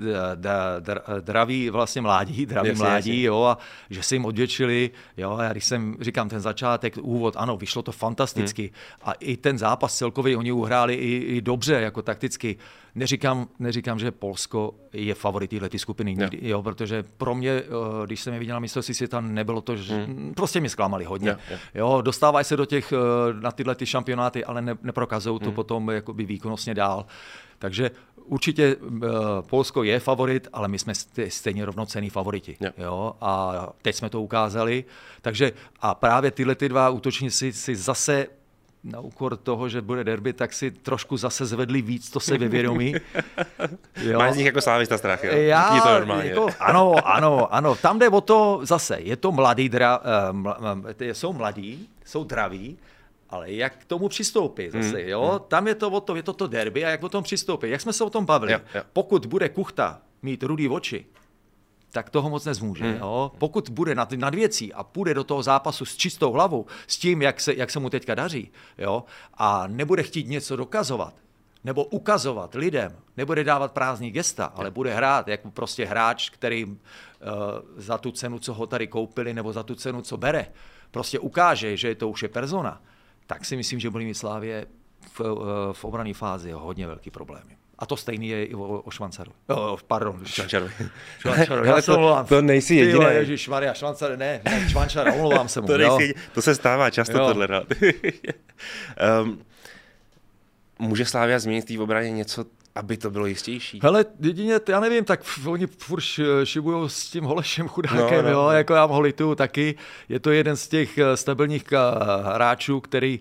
dravý mládí, jo, a že se jim odvětšili, jo, a když jsem, říkám, ten začátek, úvod, ano, vyšlo to fantasticky a i ten zápas celkově oni uhráli i dobře, jako takticky. Neříkám, že Polsko je favorit této skupiny, jo, protože pro mě, když jsem je viděl na mistrovství světa, nebylo to, že prostě mě zklamali hodně. Jo, dostávají se do těch, na tyhle ty šampionáty, ale neprokazují to potom jakoby výkonnostně dál. Takže určitě Polsko je favorit, ale my jsme stejně rovnocenní favoriti. Jo, a teď jsme to ukázali. Takže a právě tyhle ty dva útočníci si zase na úkor toho, že bude derby, tak si trošku zase zvedli víc to sebevědomí. Máš z nich jako slávista strach, jo? Je to normálně. Jako, ano. Tam jde o to zase, je to mladý, jsou mladí, jsou draví, ale jak k tomu přistoupit zase, jo? Tam je to o to, je to derby a jak o tom přistoupit. Jak jsme se o tom bavili, pokud bude Kuchta mít rudý oči, tak toho moc nezmůže. Jo? Pokud bude nad věcí a půjde do toho zápasu s čistou hlavou, s tím, jak se mu teďka daří, jo? A nebude chtít něco dokazovat, nebo ukazovat lidem, nebude dávat prázdný gesta, ale bude hrát jako prostě hráč, který za tu cenu, co ho tady koupili, nebo za tu cenu, co bere, prostě ukáže, že to už je persona, tak si myslím, že bude mít Slavie v obranné fázi hodně velký problémy. A to stejný je i o Švancaru. Švančarovi. Já se omlouvám. To nejsi jediný. Ježišmarja, Švancar, ne, Švančara, omlouvám se mu. To se stává často tohle. Může Slavia změnit v té obraně něco, aby to bylo jistější? Hele, jedině, já nevím, tak oni furt šibujou s tím Holešem chudákem, jo, jako já ho lituju taky. Je to jeden z těch stabilních hráčů,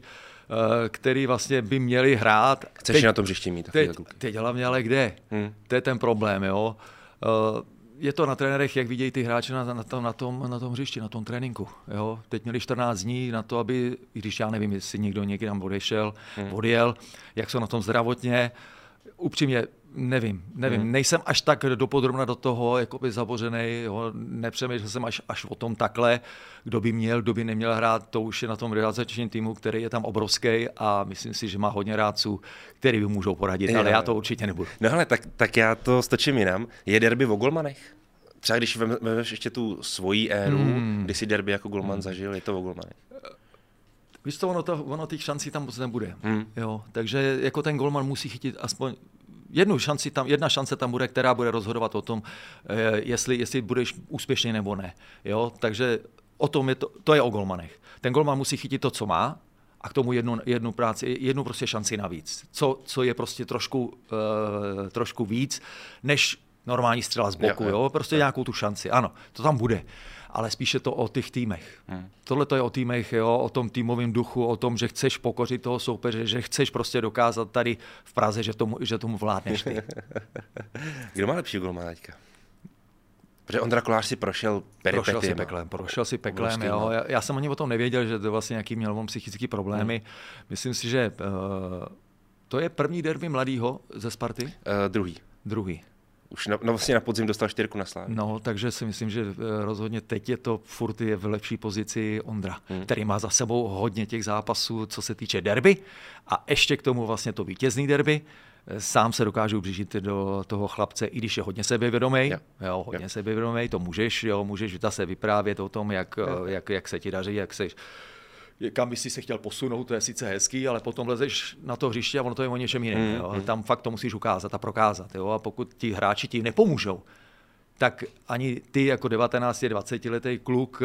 který vlastně by měli hrát. Chceš na tom hřišti mít? Teď hlavně, ale kde? To je ten problém, jo. Je to na trenérech, jak vidějí ty hráče na tom hřišti, na tom tréninku. Jo. Teď měli 14 dní na to, aby, i když já nevím, jestli někdo někam odjel, jak jsou na tom zdravotně. Upřímně nevím. Nejsem až tak dopodrobna do toho jakoby zabořenej, jo. Nepřemýšlel jsem až o tom takhle, kdo by měl, kdo by neměl hrát, to už je na tom realizačním týmu, který je tam obrovský a myslím si, že má hodně hráčů, který by můžou poradit, ale já to určitě nebudu. No hele, tak já to stočím jinam. Je derby o golmanech? Třeba když vezmeš ještě tu svoji éru, kdy si derby jako golman zažil, je to o golmanech? Víš co, ono těch šancí tam moc nebude. Jo, takže jako ten golman musí chytit aspoň jedna šance tam bude, která bude rozhodovat o tom, jestli budeš úspěšný nebo ne. Jo, takže o tom to je o golmanech. Ten golman musí chytit to, co má, a k tomu jednu prostě šanci navíc. Co je prostě trošku víc, než normální střela z boku. Jo? Prostě nějakou tu šanci. Ano, to tam bude. Ale spíše to o těch týmech. Tohle to je o týmech, jo? O tom týmovém duchu, o tom, že chceš pokořit toho soupeře, že chceš prostě dokázat tady v Praze, že tomu vládneš ty. Kdo má lepší golmana teďka? Protože Ondra Kolář si prošel peripetiem. Prošel si peklem, jo. Já jsem ani o tom nevěděl, že to vlastně nějaký měl psychické problémy. Myslím si, že to je první derby mladýho ze Sparty? Druhý. Už vlastně na podzim dostal 4 na Slávii. No, takže si myslím, že rozhodně teď je to furt je v lepší pozici Ondra, který má za sebou hodně těch zápasů, co se týče derby a ještě k tomu vlastně to vítězný derby. Sám se dokážu blížit do toho chlapce, i když je hodně sebevědomý. Sebevědomý, to můžeš zase vyprávět o tom, jak se ti daří, kam bys si se chtěl posunout, to je sice hezký, ale potom lezeš na to hřiště a ono to je o něčem jiném. Tam fakt to musíš ukázat a prokázat. Jo? A pokud ti hráči ti nepomůžou, tak ani ty jako 19-20 letý kluk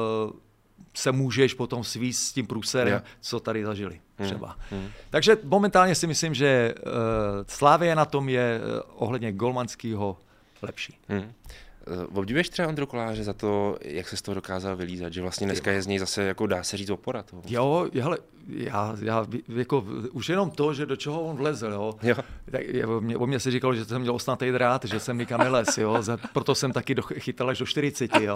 se můžeš potom svíst s tím průserem, co tady zažili třeba. Takže momentálně si myslím, že Slavie na tom je ohledně golmanského lepší. Obdivuješ třeba Ondru Koláře za to, jak se z toho dokázal vylízat, že vlastně dneska je z něj zase, jako dá se říct, opora toho? Jo, hele, já jako už jenom to, že do čeho on vlezl, jo. Tak o mě se říkalo, že jsem měl ostnatý drát, že jsem nikam nelez, jo. Proto jsem taky chytal až do 40, jo.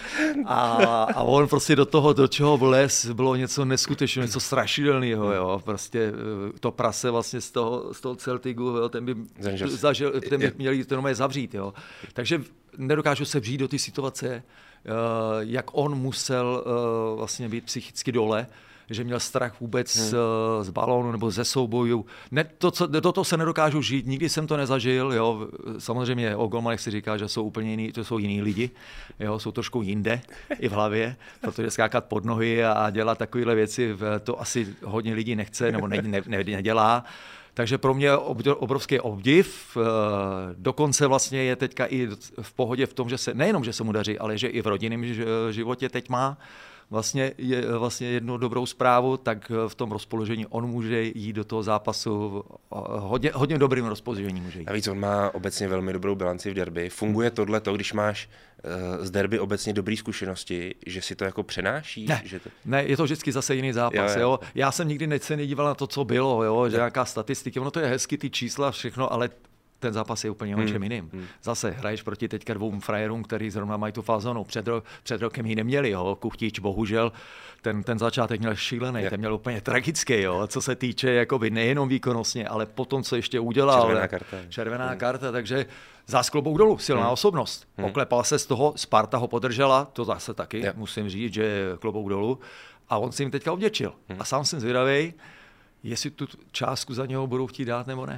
A on prostě do toho, do čeho vlez, bylo něco neskutečného, něco strašidelného, jo. Prostě to prase vlastně z toho Celticu, jo, ten by měl jít jenom zavřít, jo. Takže nedokážu se vžít do té situace, jak on musel vlastně být psychicky dole, že měl strach vůbec z balónu nebo ze soubojů. Do toho se nedokážu žít, nikdy jsem to nezažil. Jo. Samozřejmě o golmanech si říká, že jsou úplně jiný, to jsou jiní lidi, jo, jsou trošku jinde i v hlavě, protože skákat pod nohy a dělat takovéhle věci, to asi hodně lidí nechce nebo nedělá. Takže pro mě obrovský obdiv, dokonce vlastně je teďka i v pohodě v tom, že nejenom, že se mu daří, ale že i v rodinném životě teď má vlastně jednu dobrou zprávu, tak v tom rozpoložení on může jít do toho zápasu hodně dobrým rozpoložením může jít. Navíc on má obecně velmi dobrou bilanci v derby. Funguje tohleto, když máš z derby obecně dobré zkušenosti, že si to jako přenáší? Ne, je to vždycky zase jiný zápas. Jo. Já jsem nikdy se nedíval na to, co bylo, jo, že nějaká statistika, ono to je hezky, ty čísla, všechno, ale ten zápas je úplně o něčem jiným. Zase hraješ proti teďka 2 frajerům, který zrovna mají tu fazonu. Před rokem ji neměli, jo. Kuchtič, bohužel, ten začátek měl šílený, ten měl úplně tragický, jo. Co se týče jakoby nejenom výkonnostně, ale potom, co ještě udělal. Červená karta, takže zás klobouk dolů, silná osobnost. Oklepal se z toho, Sparta ho podržela, to zase taky musím říct, že klobouk dolů. A on si jim teďka ovděčil. A sám jsem zvědavej, jestli tu částku za něho budou chtít dát, nebo ne.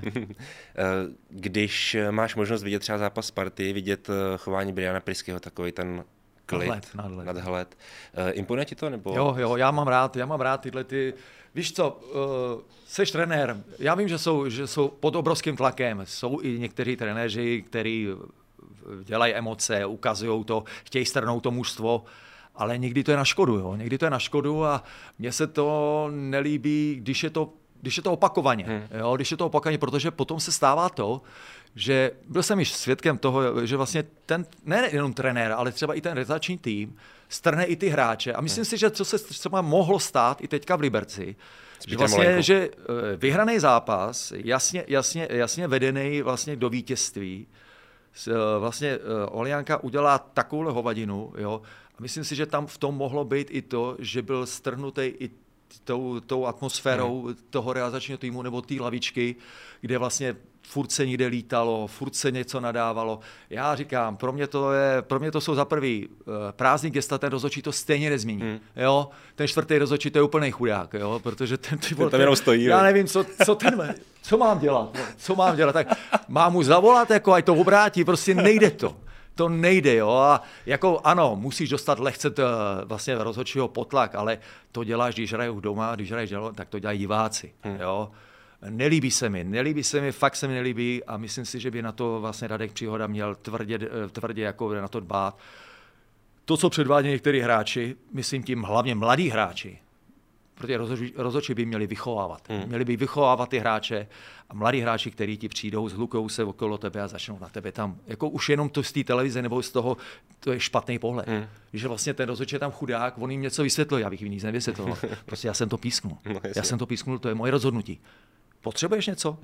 Když máš možnost vidět třeba zápas Sparty, vidět chování Briana Priskyho, takový ten klid, nadhled. Imponuje ti to? Nebo? Jo, já mám rád tyhle ty... Víš co, seš trenér, já vím, že jsou pod obrovským tlakem, jsou i někteří trenéři, kteří dělají emoce, ukazují to, chtějí strhnout to mužstvo, ale někdy to je na škodu, jo. Někdy to je na škodu a mně se to nelíbí, když je to opakovaně, jo, když je to opakovaně, protože potom se stává to, že byl jsem již svědkem toho, že vlastně ten, ne jenom trenér, ale třeba i ten realizační tým strhne i ty hráče a myslím si, že co se třeba mohlo stát i teďka v Liberci, že vlastně, že vyhraný zápas, jasně vedený vlastně do vítězství, vlastně Olianka udělá takovouhle hovadinu, jo. A myslím si, že tam v tom mohlo být i to, že byl strhnutý i tou atmosférou toho realizačního týmu nebo té lavičky, kde vlastně furt se někde lítalo, furt se něco nadávalo. Já říkám, pro mě to jsou za prvý prázdný gesta, ten rozhodčí to stejně nezmění. Jo? Ten 4. rozhodčí to je úplný chudák, jo? Protože ten jenom stojí. Já nevím, co mám dělat. Co mám dělat? Tak mám mu zavolat, jako ať to obrátí, prostě nejde to. To nejde, jo, a jako ano, musíš dostat lehce vlastně rozhodčího potlak, ale to děláš, když hrajou doma, když hraješ doma, tak to dělají diváci, jo. Nelíbí se mi, fakt se mi nelíbí a myslím si, že by na to vlastně Radek Příhoda měl tvrdě jako na to dbát. To, co předvádí některý hráči, myslím tím hlavně mladí hráči, protože rozhodčí by měli vychovávat. Měli by vychovávat ty hráče a mladí hráči, kteří ti přijdou, zhlukujou se okolo tebe a začnou na tebe tam. Jako už jenom to z té televize nebo z toho, to je špatný pohled. Když vlastně ten rozhodčí je tam chudák, on jim něco vysvětlil, já bych jim nic nevysvětloval. Prostě já jsem to písknul, to je moje rozhodnutí. Potřebuješ něco?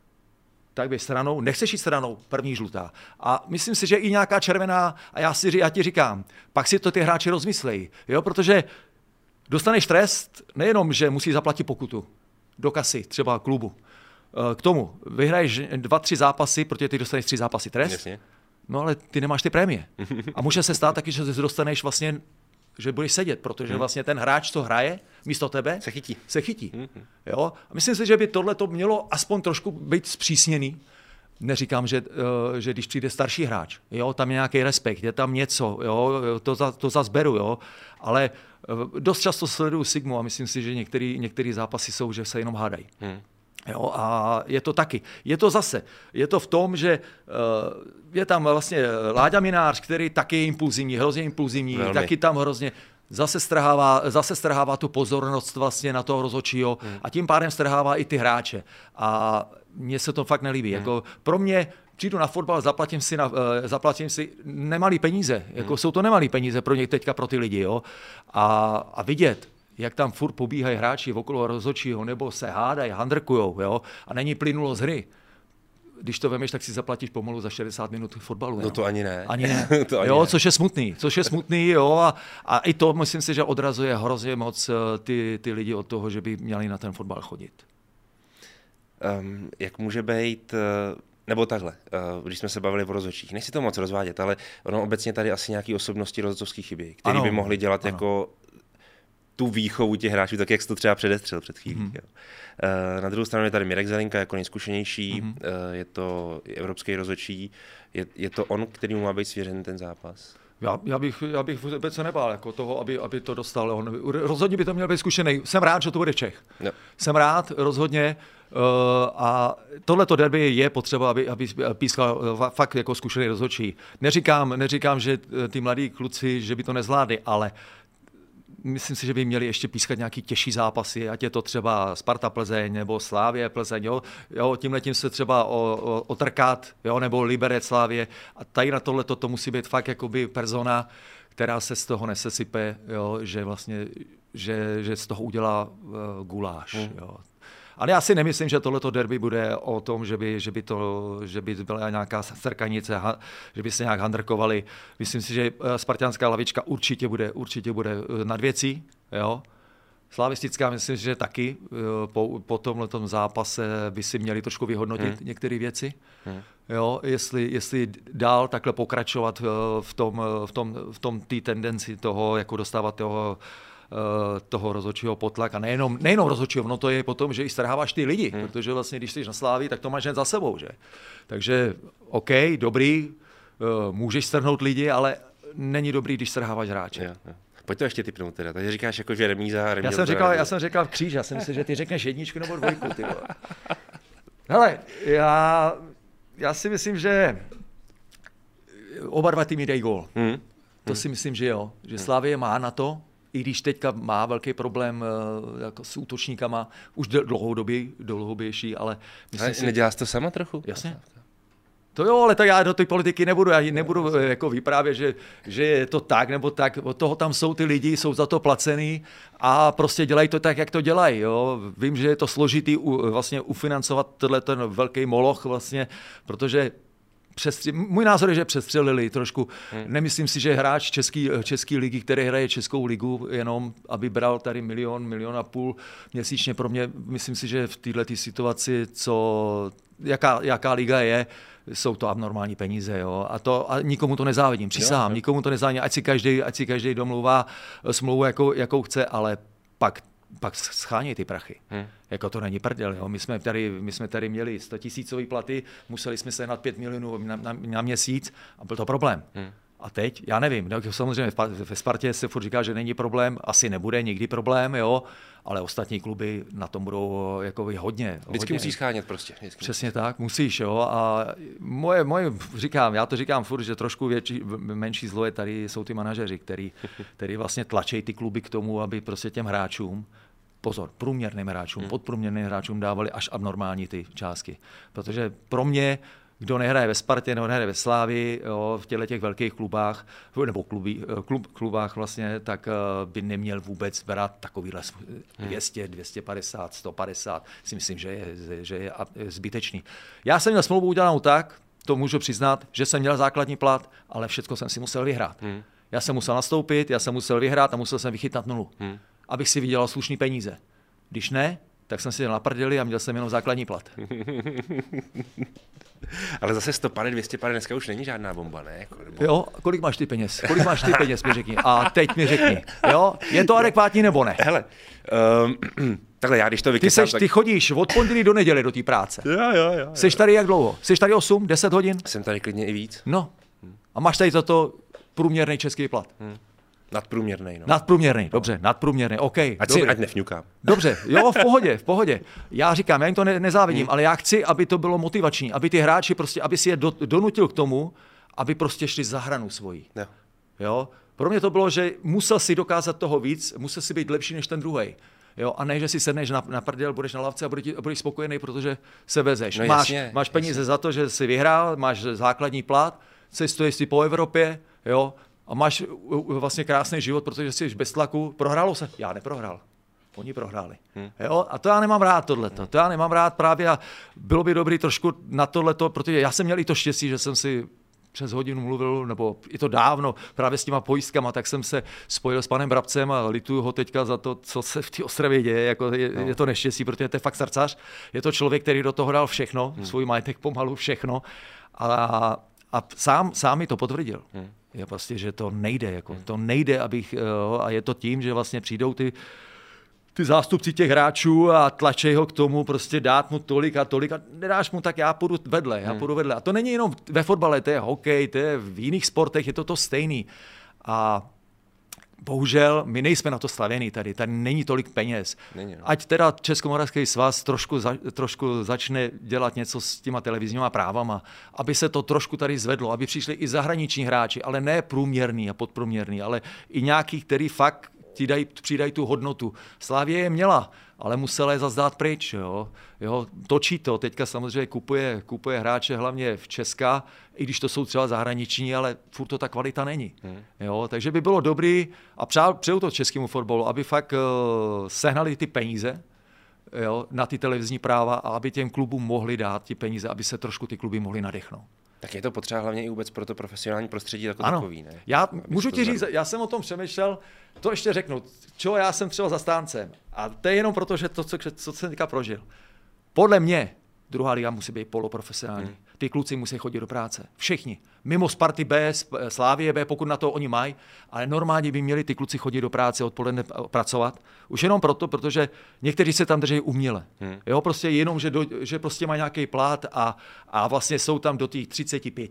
Tak běž stranou, nechceš jít stranou, první žlutá. A myslím si, že i nějaká červená, a já ti říkám, pak si to ty hráči rozmyslejí, jo, protože dostaneš trest, nejenom, že musí zaplatit pokutu do kasy, třeba klubu. K tomu vyhraješ 2-3 zápasy, protože ty dostaneš 3 zápasy trest, Jasně. No ale ty nemáš ty prémie. A může se stát taky, že dostaneš vlastně, že budeš sedět, protože vlastně ten hráč, co hraje místo tebe, se chytí. Jo? A myslím si, že by tohle to mělo aspoň trošku být zpřísněný. Neříkám, že když přijde starší hráč, jo, tam je nějaký respekt, je tam něco, jo, to zas beru, jo, ale dost často sleduju Sigmu a myslím si, že některé zápasy jsou, že se jenom hádají. Jo, a je to taky. Je to v tom, že je tam vlastně Láďa Minář, který taky je impulzivní, hrozně impulzivní, velmi. Taky tam hrozně zase strhává tu pozornost vlastně na toho rozhodčího a tím pádem strhává i ty hráče. A mně se to fakt nelíbí. Jako pro mě přijdu na fotbal, zaplatím si nemalý peníze. Jako jsou to nemalý peníze pro ně teďka pro ty lidi. Jo? A vidět, jak tam furt pobíhají hráči okolo rozhodčího, nebo se hádají, handrkujou, jo, a není plynulo z hry. Když to vemeš, tak si zaplatíš pomalu za 60 minut fotbalu. No to ani ne. Ani ne. To ani jo, ne. Což je smutný, jo, a i to myslím si, že odrazuje hrozně moc ty lidi od toho, že by měli na ten fotbal chodit. Jak může být, nebo takhle, když jsme se bavili o rozhodčích, nechci to moc rozvádět, ale ono obecně tady asi nějaký osobnosti rozhodcovský chybí, které by mohly dělat jako tu výchovu těch hráčů, tak jak jsi to třeba předestřel před chvílí. Na druhou stranu je tady Mirek Zelinka jako nejzkušenější, je to evropský rozhodčí, je to on, který mu má být svěřen ten zápas? Já bych vůbec se nebál jako toho, aby to dostal. Rozhodně by to měl být zkušený. Jsem rád, že to bude Čech. No. Jsem rád, rozhodně. A tohleto derby je potřeba, aby pískal fakt jako zkušený rozhodčí. Neříkám, že ty mladí kluci, že by to nezvládli, ale myslím si, že by měli ještě pískat nějaký těžší zápasy, ať je to třeba Sparta Plzeň nebo Slavie Plzeň, jo, tímhletím se třeba otrkat, jo, nebo Liberec Slavie. A tady na tohleto to musí být fakt jakoby persona, která se z toho nesesype, jo, že vlastně, že z toho udělá guláš, jo. Ale já si nemyslím, že tohleto derby bude o tom, že by byla nějaká strkanice, že by se nějak handrkovali. Myslím si, že spartanská lavička určitě bude nad věcí. Jo. Slavistická myslím, že taky po tomhletom zápase by si měli trošku vyhodnotit některé věci. Jo, jestli dál takhle pokračovat v tom té tendenci toho, jako dostávat toho rozhodčího potlak a nejenom rozhodčího, no to je potom, že i strháváš ty lidi, protože vlastně, když jsi na Slávii, tak to máš hned za sebou, že? Takže OK, dobrý, můžeš strhnout lidi, ale není dobrý, když strháváš hráče. Jo. Pojď to ještě typnout teda, takže říkáš jako, že remíza. Já jsem říkal kříž, já jsem myslel, že ty řekneš 1 nebo 2, ty vole. Hele, já si myslím, že oba dva týmy dají gól. To si myslím, že jo, že Slavie má na to, i když teďka má velký problém jako s útočníkama, už dlouhodobější, ale myslím si... Neděláš to sama trochu? Jasně. To jo, ale to já do té politiky nebudu jako vyprávět, že je to tak nebo tak. Od toho tam jsou ty lidi, jsou za to placený a prostě dělají to tak, jak to dělají. Jo. Vím, že je to složitý vlastně ufinancovat ten velký moloch vlastně, protože můj názor je, že přestřelili trošku. Nemyslím si, že hráč české ligy, který hraje českou ligu, jenom aby bral tady 1,5 milionu měsíčně. Pro mě, myslím si, že v této situaci, jaká liga je, jsou to abnormální peníze. Jo? A nikomu to nezávidím, přísahám, nikomu to nezávidím, ať si každý domlouvá smlouvu, jakou chce, ale pak scháněj ty prachy. Jako to není prdel. Jo? My jsme tady měli 100 000 platy, museli jsme se nad 5 milionů na měsíc a byl to problém. A teď, já nevím, samozřejmě ve Spartě se furt říká, že není problém, asi nebude nikdy problém, jo, ale ostatní kluby na tom budou jako hodně. Vždycky musíš schánět prostě. Přesně tak, musíš, jo. A já to říkám furt, že trošku menší zlo je tady, jsou ty manažeři, který vlastně tlačí ty kluby k tomu, aby prostě těm hráčům, pozor, průměrným hráčům, podprůměrným hráčům dávali až abnormální ty částky. Protože pro mě, kdo nehraje ve Spartě, nebo nehraje ve Slávii, jo, v těch velkých klubách, nebo klubách vlastně, tak by neměl vůbec brát takovýhle 200, 250, 150. Si myslím, že je zbytečný. Já jsem měl smlouvu udělanou tak, to můžu přiznat, že jsem měl základní plat, ale všechno jsem si musel vyhrát. Já jsem musel nastoupit, já jsem musel vyhrát a musel jsem vychytat 0, abych si vydělal slušný peníze. Když ne, tak jsem si naprdeli a měl jsem jenom základní plat. Ale zase 100 pady, 200 pady dneska už není žádná bomba, ne? Jo, kolik máš ty peněz? Mi řekni. A teď mi řekni. Jo, je to adekvátní nebo ne? Hele, takhle já, když to vykysám... Ty chodíš od pondělí do neděle do té práce. Jo. Jsi tady jak dlouho? Jsi tady 8, 10 hodin? Jsem tady klidně i víc. No. A máš tady za to průměrný český plat. Nadprůměrný, no. Nadprůměrný, dobře, nadprůměrný, OK. Ať nefňukám. Dobře, jo, v pohodě. Já říkám, já jim to nezávidím, ale já chci, aby to bylo motivační, aby ty hráči prostě, aby si je donutil k tomu, aby prostě šli za hranu svojí. Jo. Pro mě to bylo, že musel si dokázat toho víc, musel si být lepší než ten druhej. Jo, a ne, že si sedneš na prdel, budeš na lavce a budeš spokojený, protože se vezeš. No, máš peníze za to, že jsi vyhrál, máš základní plat, cestuješ si po Evropě, jo, a máš vlastně krásný život, protože jsi bez tlaku. Prohrálo se? Já neprohrál. Oni prohráli. Jo? A to já nemám rád tohleto. To já nemám rád právě a bylo by dobrý trošku na tohleto, protože já jsem měl i to štěstí, že jsem si přes hodinu mluvil, nebo i to dávno, právě s těma pojistkama, tak jsem se spojil s panem Brabcem a lituju ho teďka za to, co se v té Ostravě děje. Jako je to neštěstí, protože to je fakt srdcař. Je to člověk, který do toho dal všechno, svůj majetek pomalu, všechno. A sám mi to potvrdil. Je prostě, že to nejde. Jako, to nejde, a je to tím, že vlastně přijdou ty zástupci těch hráčů a tlačej ho k tomu, prostě dát mu tolik a nedáš mu, tak já půjdu vedle. A to není jenom ve fotbale, to je hokej, to je v jiných sportech, je to stejný. A bohužel my nejsme na to stavěný tady není tolik peněz. Ať teda Českomoravský svaz trošku začne dělat něco s těma televizníma právama, aby se to trošku tady zvedlo, aby přišli i zahraniční hráči, ale ne průměrný a podprůměrný, ale i nějaký, který fakt přidají tu hodnotu. Slavie je měla, ale musela je zase dát pryč. Jo, točí to, teďka samozřejmě kupuje hráče hlavně v Česka, i když to jsou třeba zahraniční, ale furt to ta kvalita není. Jo, takže by bylo dobrý a přeju to českému fotbalu, aby fakt sehnali ty peníze, jo, na ty televizní práva a aby těm klubům mohli dát ty peníze, aby se trošku ty kluby mohly nadechnout. Tak je to potřeba hlavně i vůbec pro to profesionální prostředí takový, ne? Já můžu ti říct, já jsem o tom přemýšlel, to ještě řeknu, čeho já jsem třeba zastáncem. A to je jenom proto, že to, co jsem teďka prožil. Podle mě druhá liga musí být poloprofesionální. Ty kluci musí chodit do práce. Všichni. Mimo Sparty B, Slávie B, pokud na to oni mají, ale normálně by měli ty kluci chodit do práce, odpoledne pracovat. Už jenom proto, protože někteří se tam drží uměle. Jo, prostě jenom, že prostě mají nějaký plát a vlastně jsou tam do těch 35.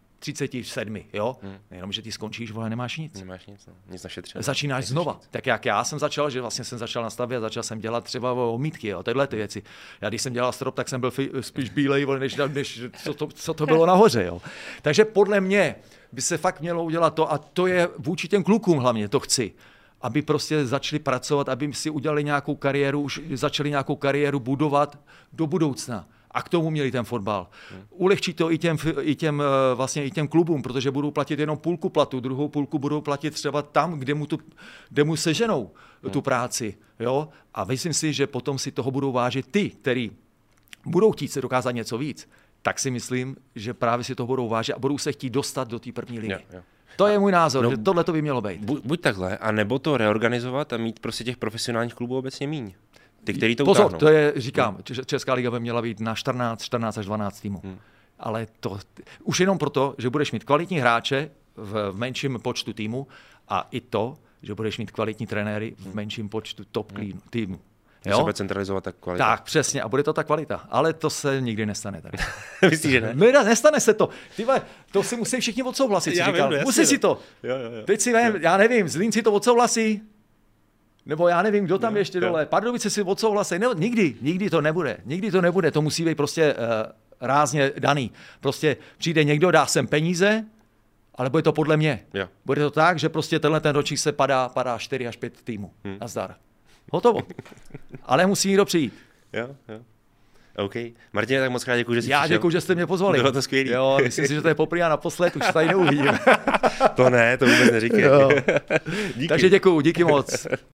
37, jo? Jenom, že ty skončíš, vole, nemáš nic. Nemáš nic, no. Nic našetřeného. Začínáš znova. Nic. Tak jak já jsem začal, že vlastně jsem začal na stavbě a začal jsem dělat třeba omítky, jo, tyhle ty věci. Já když jsem dělal strop, tak jsem byl spíš bílej, než co to bylo nahoře, jo. Takže podle mě by se fakt mělo udělat to, a to je vůči těm klukům hlavně, to chci, aby prostě začali pracovat, aby si udělali nějakou kariéru, už začali nějakou kariéru budovat do budoucna. A k tomu měli ten fotbal. Ulehčí to i těm klubům, protože budou platit jenom půlku platu, druhou půlku budou platit třeba tam, kde mu seženou tu práci. Jo? A myslím si, že potom si toho budou vážit ty, který budou chtít se dokázat něco víc. Tak si myslím, že právě si toho budou vážit a budou se chtít dostat do té první ligy. Jo. To je můj názor, že tohle to by mělo být. Buď takhle, anebo to reorganizovat a mít prostě těch profesionálních klubů obecně míň. Ty, který to Pozor, utáhnou. To je, říkám, Česká liga by měla být na 14 až 12 týmů. Ale to už jenom proto, že budeš mít kvalitní hráče v menším počtu týmu a i to, že budeš mít kvalitní trenéry v menším počtu top týmu. Jo? Se bude centralizovat ta kvalita. Tak, přesně, a bude to ta kvalita. Ale to se nikdy nestane tady. Myslíš, že ne? Nestane se to. Tyhle, to si musí všichni odsouhlasit. Musí si to. Jo. Teď si vím, já nevím, Zlín si to odsouhlasí. Nebo já nevím, kdo tam ještě dole. Pardubice si odsouhlasí. No, nikdy to nebude. Nikdy to nebude. To musí být prostě rázně daný. Prostě přijde někdo, dá sem peníze, ale bude to podle mě. Jo. Bude to tak, že prostě ten ročník se padá 4 až 5 týmů. Nazdar. Hotovo. Ale musí někdo přijít. Jo. OK. Martine, tak moc krát děkuji, že jsi přišel. Já děkuji, že jste mě pozvali. Bylo to skvělý. Jo, myslím si, že to je poprvé a naposled, už tady neuvidím. To ne, to vůbec neříkej. Takže děkuji, díky moc.